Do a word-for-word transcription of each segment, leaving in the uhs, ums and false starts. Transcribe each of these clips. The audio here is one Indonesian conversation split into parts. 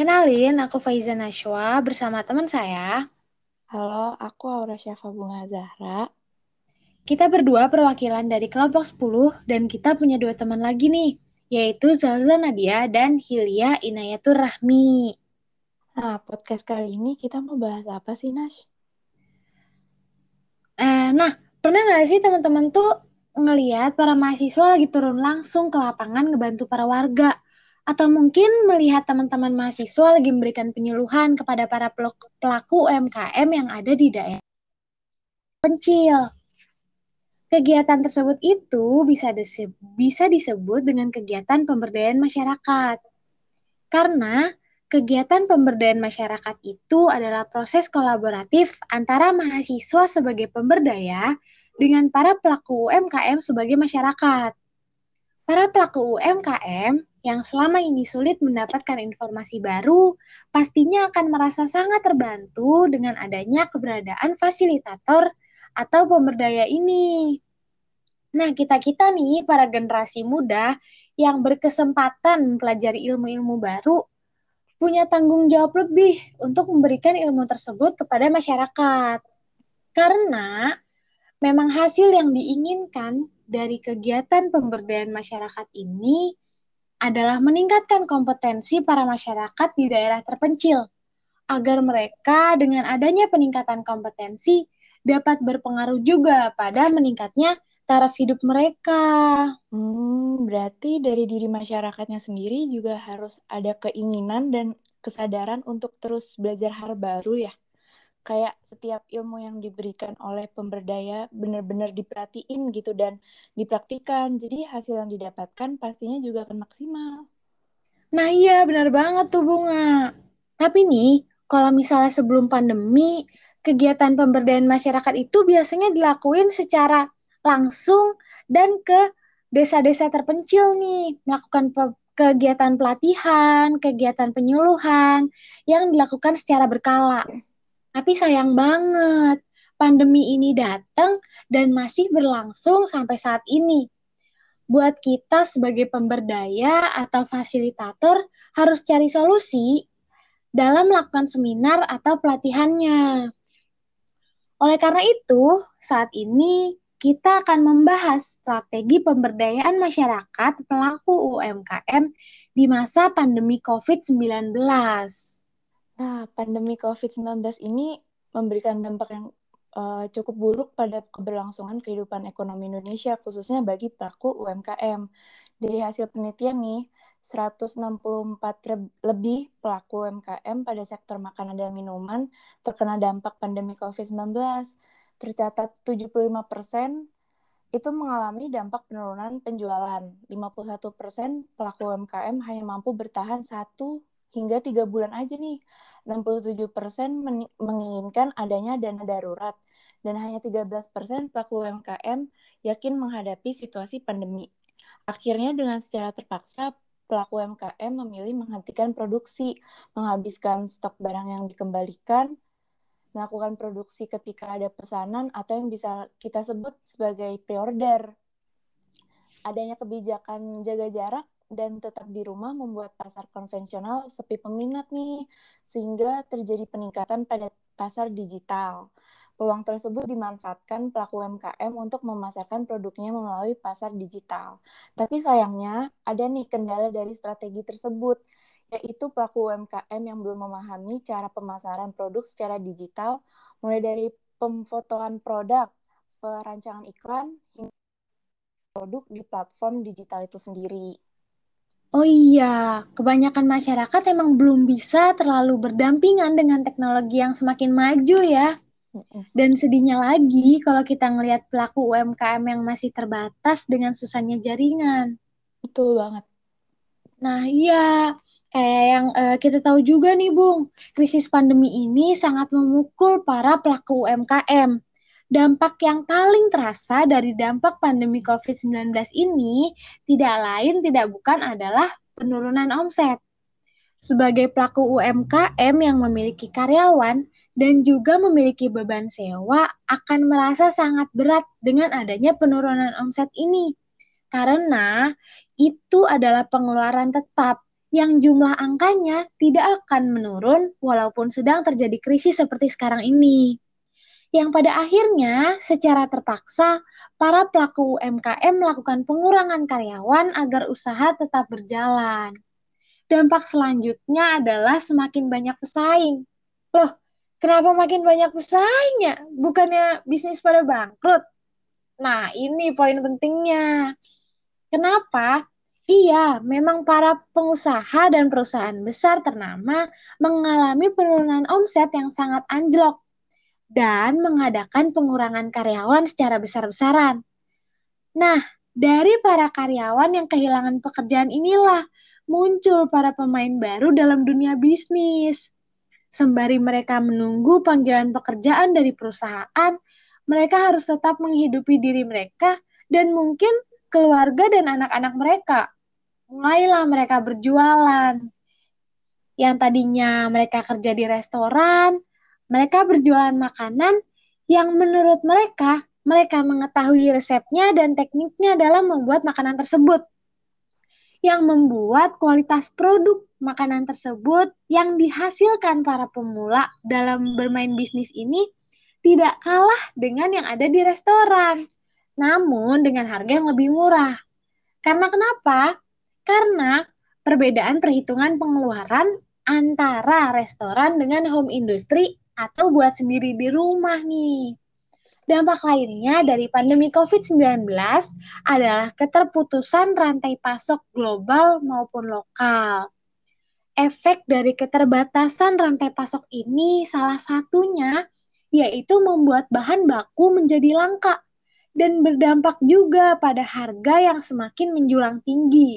Kenalin, aku Faiza Nashwa bersama teman saya. Halo, aku Aura Syafa Bunga Zahra. Kita berdua perwakilan dari kelompok sepuluh dan kita punya dua teman lagi nih, yaitu Zalza Nadia dan Hilya Inayatur Rahmi. Nah, podcast kali ini kita mau bahas apa sih, Nash? Eh, nah, pernah nggak sih teman-teman tuh ngelihat para mahasiswa lagi turun langsung ke lapangan ngebantu para warga? Atau mungkin melihat teman-teman mahasiswa lagi memberikan penyuluhan kepada para pelak- pelaku U M K M yang ada di daerah pencil. Kegiatan tersebut itu bisa dise- bisa disebut dengan kegiatan pemberdayaan masyarakat. Karena kegiatan pemberdayaan masyarakat itu adalah proses kolaboratif antara mahasiswa sebagai pemberdaya dengan para pelaku U M K M sebagai masyarakat. Para pelaku U M K M yang selama ini sulit mendapatkan informasi baru pastinya akan merasa sangat terbantu dengan adanya keberadaan fasilitator atau pemberdaya ini. Nah, kita-kita nih, para generasi muda yang berkesempatan mempelajari ilmu-ilmu baru, punya tanggung jawab lebih untuk memberikan ilmu tersebut kepada masyarakat. Karena memang hasil yang diinginkan dari kegiatan pemberdayaan masyarakat ini adalah meningkatkan kompetensi para masyarakat di daerah terpencil, agar mereka dengan adanya peningkatan kompetensi dapat berpengaruh juga pada meningkatnya taraf hidup mereka. Hmm, berarti dari diri masyarakatnya sendiri juga harus ada keinginan dan kesadaran untuk terus belajar hal baru ya. Kayak setiap ilmu yang diberikan oleh pemberdaya benar-benar diperhatiin gitu dan dipraktikkan. Jadi hasil yang didapatkan pastinya juga akan maksimal. Nah iya benar banget tuh Bunga. Tapi nih, kalau misalnya sebelum pandemi, kegiatan pemberdayaan masyarakat itu biasanya dilakuin secara langsung dan ke desa-desa terpencil nih, melakukan pe- kegiatan pelatihan, kegiatan penyuluhan yang dilakukan secara berkala. Tapi sayang banget, pandemi ini datang dan masih berlangsung sampai saat ini. Buat kita sebagai pemberdaya atau fasilitator harus cari solusi dalam melakukan seminar atau pelatihannya. Oleh karena itu, saat ini kita akan membahas strategi pemberdayaan masyarakat pelaku U M K M di masa pandemi covid sembilan belas. Nah, pandemi covid sembilan belas ini memberikan dampak yang uh, cukup buruk pada keberlangsungan kehidupan ekonomi Indonesia, khususnya bagi pelaku U M K M. Dari hasil penelitian nih, seratus enam puluh empat re- lebih pelaku U M K M pada sektor makanan dan minuman terkena dampak pandemi covid sembilan belas. Tercatat tujuh puluh lima persen itu mengalami dampak penurunan penjualan. lima puluh satu persen pelaku U M K M hanya mampu bertahan satu hingga tiga bulan aja nih. enam puluh tujuh persen men- menginginkan adanya dana darurat. Dan hanya tiga belas persen pelaku U M K M yakin menghadapi situasi pandemi. Akhirnya dengan secara terpaksa, pelaku U M K M memilih menghentikan produksi, menghabiskan stok barang yang dikembalikan, melakukan produksi ketika ada pesanan atau yang bisa kita sebut sebagai pre-order. Adanya kebijakan jaga jarak dan tetap di rumah membuat pasar konvensional sepi peminat nih, sehingga terjadi peningkatan pada pasar digital. Peluang tersebut dimanfaatkan pelaku U M K M untuk memasarkan produknya melalui pasar digital. Tapi sayangnya ada nih kendala dari strategi tersebut, yaitu pelaku U M K M yang belum memahami cara pemasaran produk secara digital, mulai dari pemfotoan produk, perancangan iklan, hingga produk di platform digital itu sendiri. Oh iya, kebanyakan masyarakat emang belum bisa terlalu berdampingan dengan teknologi yang semakin maju ya. Mm-mm. Dan sedihnya lagi kalau kita ngelihat pelaku U M K M yang masih terbatas dengan susahnya jaringan. Betul banget. Nah, iya, kayak yang eh, kita tahu juga nih, Bung, krisis pandemi ini sangat memukul para pelaku U M K M. Dampak yang paling terasa dari dampak pandemi covid sembilan belas ini tidak lain tidak bukan adalah penurunan omset. Sebagai pelaku U M K M yang memiliki karyawan dan juga memiliki beban sewa akan merasa sangat berat dengan adanya penurunan omset ini. Karena itu adalah pengeluaran tetap yang jumlah angkanya tidak akan menurun walaupun sedang terjadi krisis seperti sekarang ini. Yang pada akhirnya, secara terpaksa, para pelaku U M K M melakukan pengurangan karyawan agar usaha tetap berjalan. Dampak selanjutnya adalah semakin banyak pesaing. Loh, kenapa makin banyak pesaing ya? Bukannya bisnis pada bangkrut? Nah, ini poin pentingnya. Kenapa? Iya, memang para pengusaha dan perusahaan besar ternama mengalami penurunan omset yang sangat anjlok dan mengadakan pengurangan karyawan secara besar-besaran. Nah, dari para karyawan yang kehilangan pekerjaan inilah muncul para pemain baru dalam dunia bisnis. Sembari mereka menunggu panggilan pekerjaan dari perusahaan, mereka harus tetap menghidupi diri mereka dan mungkin keluarga dan anak-anak mereka. Mulailah mereka berjualan. Yang tadinya mereka kerja di restoran, mereka berjualan makanan yang menurut mereka, mereka mengetahui resepnya dan tekniknya dalam membuat makanan tersebut. Yang membuat kualitas produk makanan tersebut yang dihasilkan para pemula dalam bermain bisnis ini tidak kalah dengan yang ada di restoran, namun dengan harga yang lebih murah. Karena kenapa? Karena perbedaan perhitungan pengeluaran antara restoran dengan home industry atau buat sendiri di rumah nih. Dampak lainnya dari pandemi covid sembilan belas adalah keterputusan rantai pasok global maupun lokal. Efek dari keterbatasan rantai pasok ini salah satunya yaitu membuat bahan baku menjadi langka dan berdampak juga pada harga yang semakin menjulang tinggi.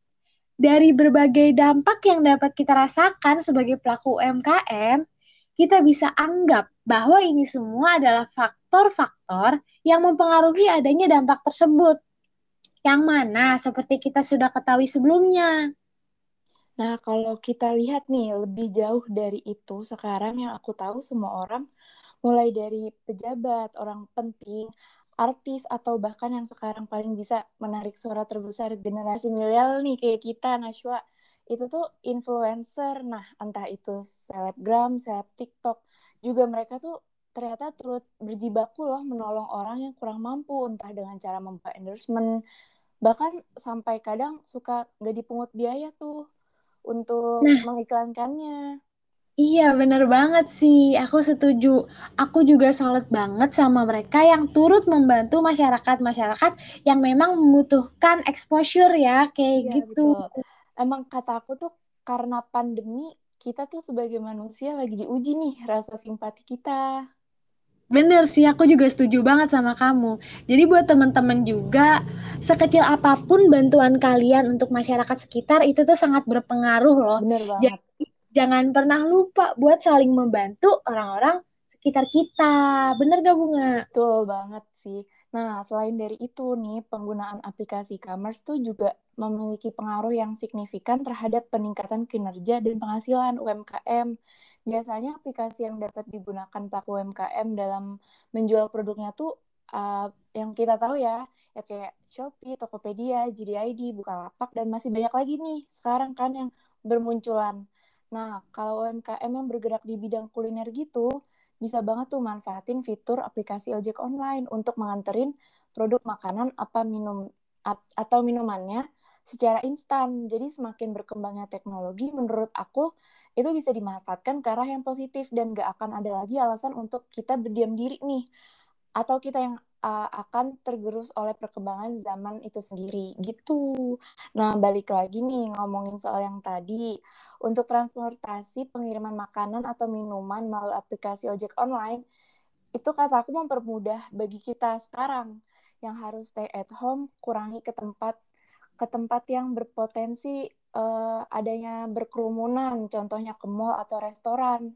Dari berbagai dampak yang dapat kita rasakan sebagai pelaku U M K M, kita bisa anggap bahwa ini semua adalah faktor-faktor yang mempengaruhi adanya dampak tersebut. Yang mana seperti kita sudah ketahui sebelumnya. Nah, kalau kita lihat nih lebih jauh dari itu, sekarang yang aku tahu semua orang, mulai dari pejabat, orang penting, artis, atau bahkan yang sekarang paling bisa menarik suara terbesar generasi milenial nih kayak kita, Nashwa, itu tuh influencer. Nah, entah itu selebgram, seleb TikTok, juga mereka tuh ternyata turut berjibaku loh menolong orang yang kurang mampu, entah dengan cara membuka endorsement, bahkan sampai kadang suka nggak dipungut biaya tuh untuk Nah, mengiklankannya. iya bener banget sih, aku setuju. Aku juga salut banget sama mereka yang turut membantu masyarakat-masyarakat yang memang membutuhkan exposure ya, kayak Iya, gitu. betul. Emang kata aku tuh karena pandemi, kita tuh sebagai manusia lagi diuji nih rasa simpati kita. Bener sih, aku juga setuju banget sama kamu. Jadi buat teman-teman juga, sekecil apapun bantuan kalian untuk masyarakat sekitar itu tuh sangat berpengaruh loh. Bener banget. Jadi jangan pernah lupa buat saling membantu orang-orang sekitar kita. Bener gak Bunga? Betul banget sih. Nah, selain dari itu nih, penggunaan aplikasi e-commerce tuh juga memiliki pengaruh yang signifikan terhadap peningkatan kinerja dan penghasilan U M K M. Biasanya aplikasi yang dapat digunakan pelaku U M K M dalam menjual produknya tuh uh, yang kita tahu ya, ya kayak Shopee, Tokopedia, J D I D, Bukalapak, dan masih banyak lagi nih sekarang kan yang bermunculan. Nah, kalau U M K M yang bergerak di bidang kuliner gitu, bisa banget tuh manfaatin fitur aplikasi ojek online untuk menganterin produk makanan apa minum atau minumannya secara instan. Jadi semakin berkembangnya teknologi, menurut aku itu bisa dimanfaatkan ke arah yang positif dan gak akan ada lagi alasan untuk kita berdiam diri nih. Atau kita yang uh, akan tergerus oleh perkembangan zaman itu sendiri gitu. Nah, balik lagi nih ngomongin soal yang tadi. Untuk transportasi pengiriman makanan atau minuman melalui aplikasi ojek online, itu kata aku mempermudah bagi kita sekarang yang harus stay at home, kurangi ke tempat ke tempat yang berpotensi uh, adanya berkerumunan, contohnya ke mall atau restoran.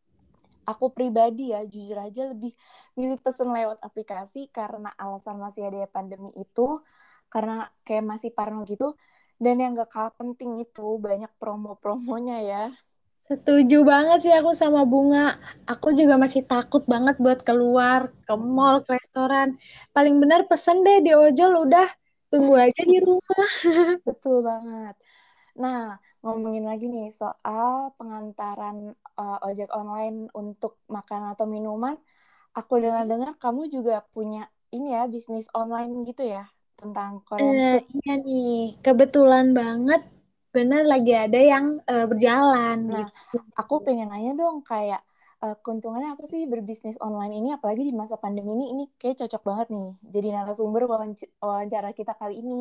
Aku pribadi ya, jujur aja lebih milih pesen lewat aplikasi karena alasan masih ada pandemi itu, karena kayak masih parno gitu, dan yang gak kalah penting itu banyak promo-promonya ya. Setuju banget sih aku sama Bunga. Aku juga masih takut banget buat keluar ke mall, ke restoran. Paling benar pesen deh di ojol udah tunggu aja di rumah. Betul banget. Nah, ngomongin lagi nih soal pengantaran uh, ojek online untuk makanan atau minuman. Aku Hmm. dengar-dengar kamu juga punya ini ya, bisnis online gitu ya, tentang Korean Eh, food. iya nih, kebetulan banget bener lagi ada yang eh, berjalan Nah, gitu. aku pengen nanya dong kayak uh, keuntungannya apa sih berbisnis online ini, apalagi di masa pandemi ini, ini kayak cocok banget nih jadi narasumber wawanc- wawancara kita kali ini.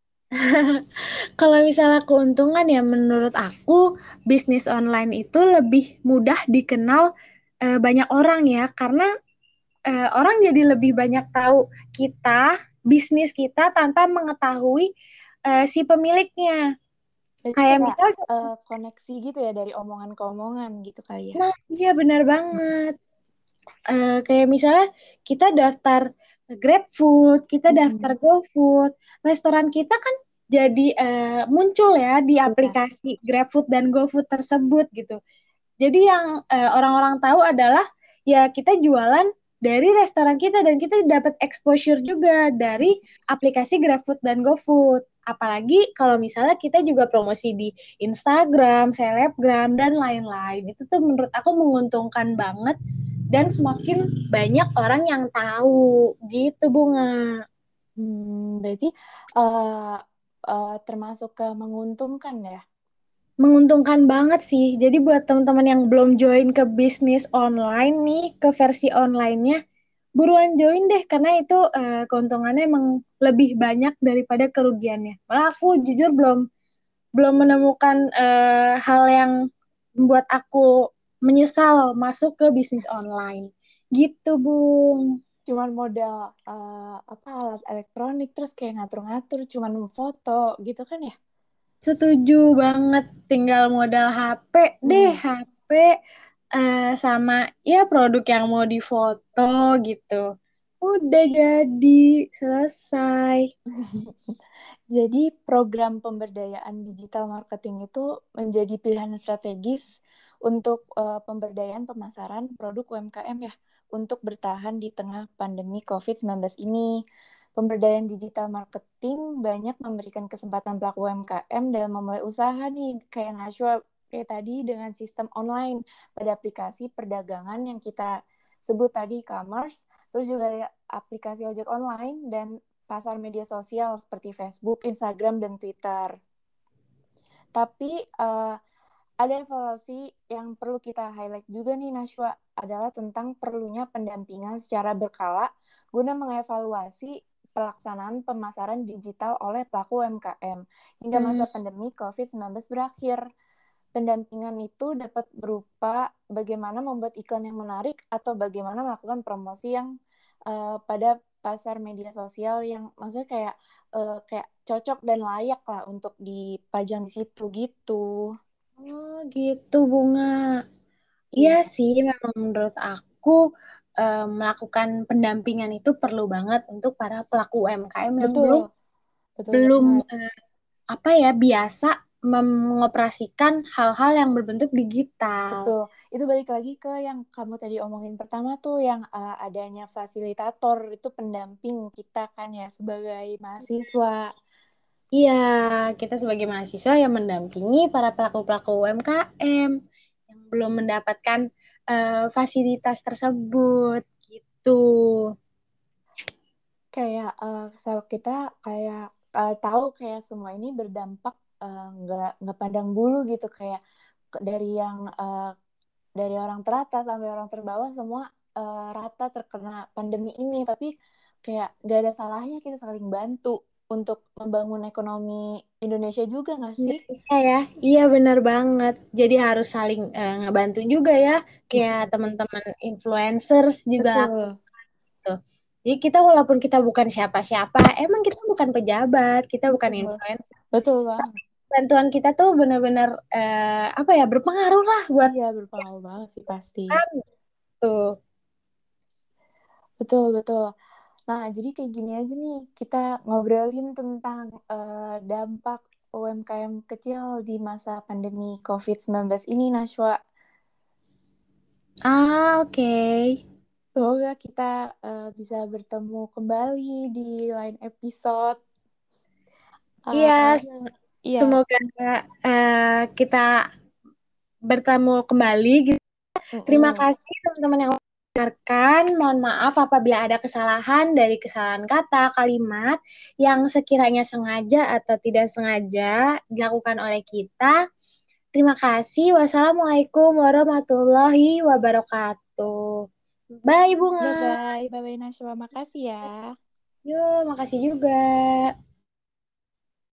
Kalau misalnya keuntungan ya menurut aku bisnis online itu lebih mudah dikenal eh, banyak orang ya karena eh, orang jadi lebih banyak tahu kita, bisnis kita tanpa mengetahui eh, si pemiliknya. Berarti Kayak kayak misal, uh, koneksi gitu ya dari omongan ke omongan gitu kali ya. nah iya benar banget. Eh, kayak misalnya kita daftar GrabFood, kita daftar Mm-mm. GoFood, restoran kita kan jadi eh, muncul ya di Iya. aplikasi GrabFood dan GoFood tersebut gitu. Jadi yang eh, orang-orang tahu adalah ya kita jualan dari restoran kita dan kita dapat exposure juga dari aplikasi GrabFood dan GoFood. Apalagi kalau misalnya kita juga promosi di Instagram, Selebgram, dan lain-lain. Itu tuh menurut aku menguntungkan banget dan semakin banyak orang yang tahu gitu Bunga. Hmm, berarti uh, uh, termasuk ke menguntungkan ya. Menguntungkan banget sih. Jadi buat teman-teman yang belum join ke bisnis online nih, ke versi online-nya, buruan join deh karena itu eh, keuntungannya emang lebih banyak daripada kerugiannya. Malah aku jujur belum belum menemukan eh, hal yang membuat aku menyesal masuk ke bisnis online. Gitu, Bung. Cuman modal uh, apa alat elektronik terus kayak ngatur-ngatur cuman foto gitu kan ya. Setuju banget, tinggal modal H P deh, Hmm. H P eh, sama ya produk yang mau difoto gitu. Udah jadi, selesai. Jadi program pemberdayaan digital marketing itu menjadi pilihan strategis untuk uh, pemberdayaan pemasaran produk U M K M ya, untuk bertahan di tengah pandemi covid sembilan belas ini. Pemberdayaan digital marketing banyak memberikan kesempatan pelaku U M K M dalam memulai usaha nih, kayak Nashwa kayak tadi dengan sistem online pada aplikasi perdagangan yang kita sebut tadi e-commerce, terus juga ada aplikasi ojek online dan pasar media sosial seperti Facebook, Instagram, dan Twitter. Tapi uh, ada evaluasi yang perlu kita highlight juga nih Nashwa, adalah tentang perlunya pendampingan secara berkala guna mengevaluasi pelaksanaan pemasaran digital oleh pelaku U M K M hingga Hmm, masa pandemi covid sembilan belas berakhir. Pendampingan itu dapat berupa bagaimana membuat iklan yang menarik atau bagaimana melakukan promosi yang uh, pada pasar media sosial yang maksudnya kayak uh, kayak cocok dan layak lah untuk dipajang di situ gitu. oh gitu Bunga. Iya Iya, sih, memang menurut aku eh, melakukan pendampingan itu perlu banget untuk para pelaku U M K M yang betul, belum betul belum banget. eh, apa ya biasa mengoperasikan hal-hal yang berbentuk digital. Betul. Itu balik lagi ke yang kamu tadi omongin pertama tuh yang uh, adanya fasilitator itu pendamping kita kan ya sebagai mahasiswa. Iya, kita sebagai mahasiswa yang mendampingi para pelaku-pelaku U M K M yang belum mendapatkan eh, fasilitas tersebut gitu. Kayak uh, kalau kita kayak uh, tahu kayak semua ini berdampak uh, nggak nggak pandang bulu gitu kayak ke- dari yang uh, dari orang teratas sampai orang terbawah semua uh, rata terkena pandemi ini tapi kayak nggak ada salahnya kita saling bantu untuk membangun ekonomi Indonesia juga nggak sih? Indonesia ya, iya benar banget. Jadi harus saling eh, ngebantu juga ya, kayak Betul. teman-teman influencers juga Betul, lakukan gitu. Jadi kita walaupun kita bukan siapa-siapa, emang kita bukan pejabat, kita bukan betul, influencer, betul banget. tapi bantuan kita tuh benar-benar eh, apa ya berpengaruh lah buat Iya, berpengaruh banget sih pasti. kami tuh. Betul, betul. Nah, jadi kayak gini aja nih, kita ngobrolin tentang eh, dampak U M K M kecil di masa pandemi covid sembilan belas ini, Nashwa. Ah, oke. Semoga kita eh, bisa bertemu kembali di lain episode. Iya, Eh, Iya. Semoga uh, kita bertemu kembali gitu. Terima Mm-mm. kasih teman-teman yang mendengarkan. Mohon maaf apabila ada kesalahan dari kesalahan kata, kalimat yang sekiranya sengaja atau tidak sengaja dilakukan oleh kita. Terima kasih. Wassalamualaikum warahmatullahi wabarakatuh. Bye, Bunga. Bye-bye. Bye-bye, Nashwa. Makasih ya. Yuk, makasih juga.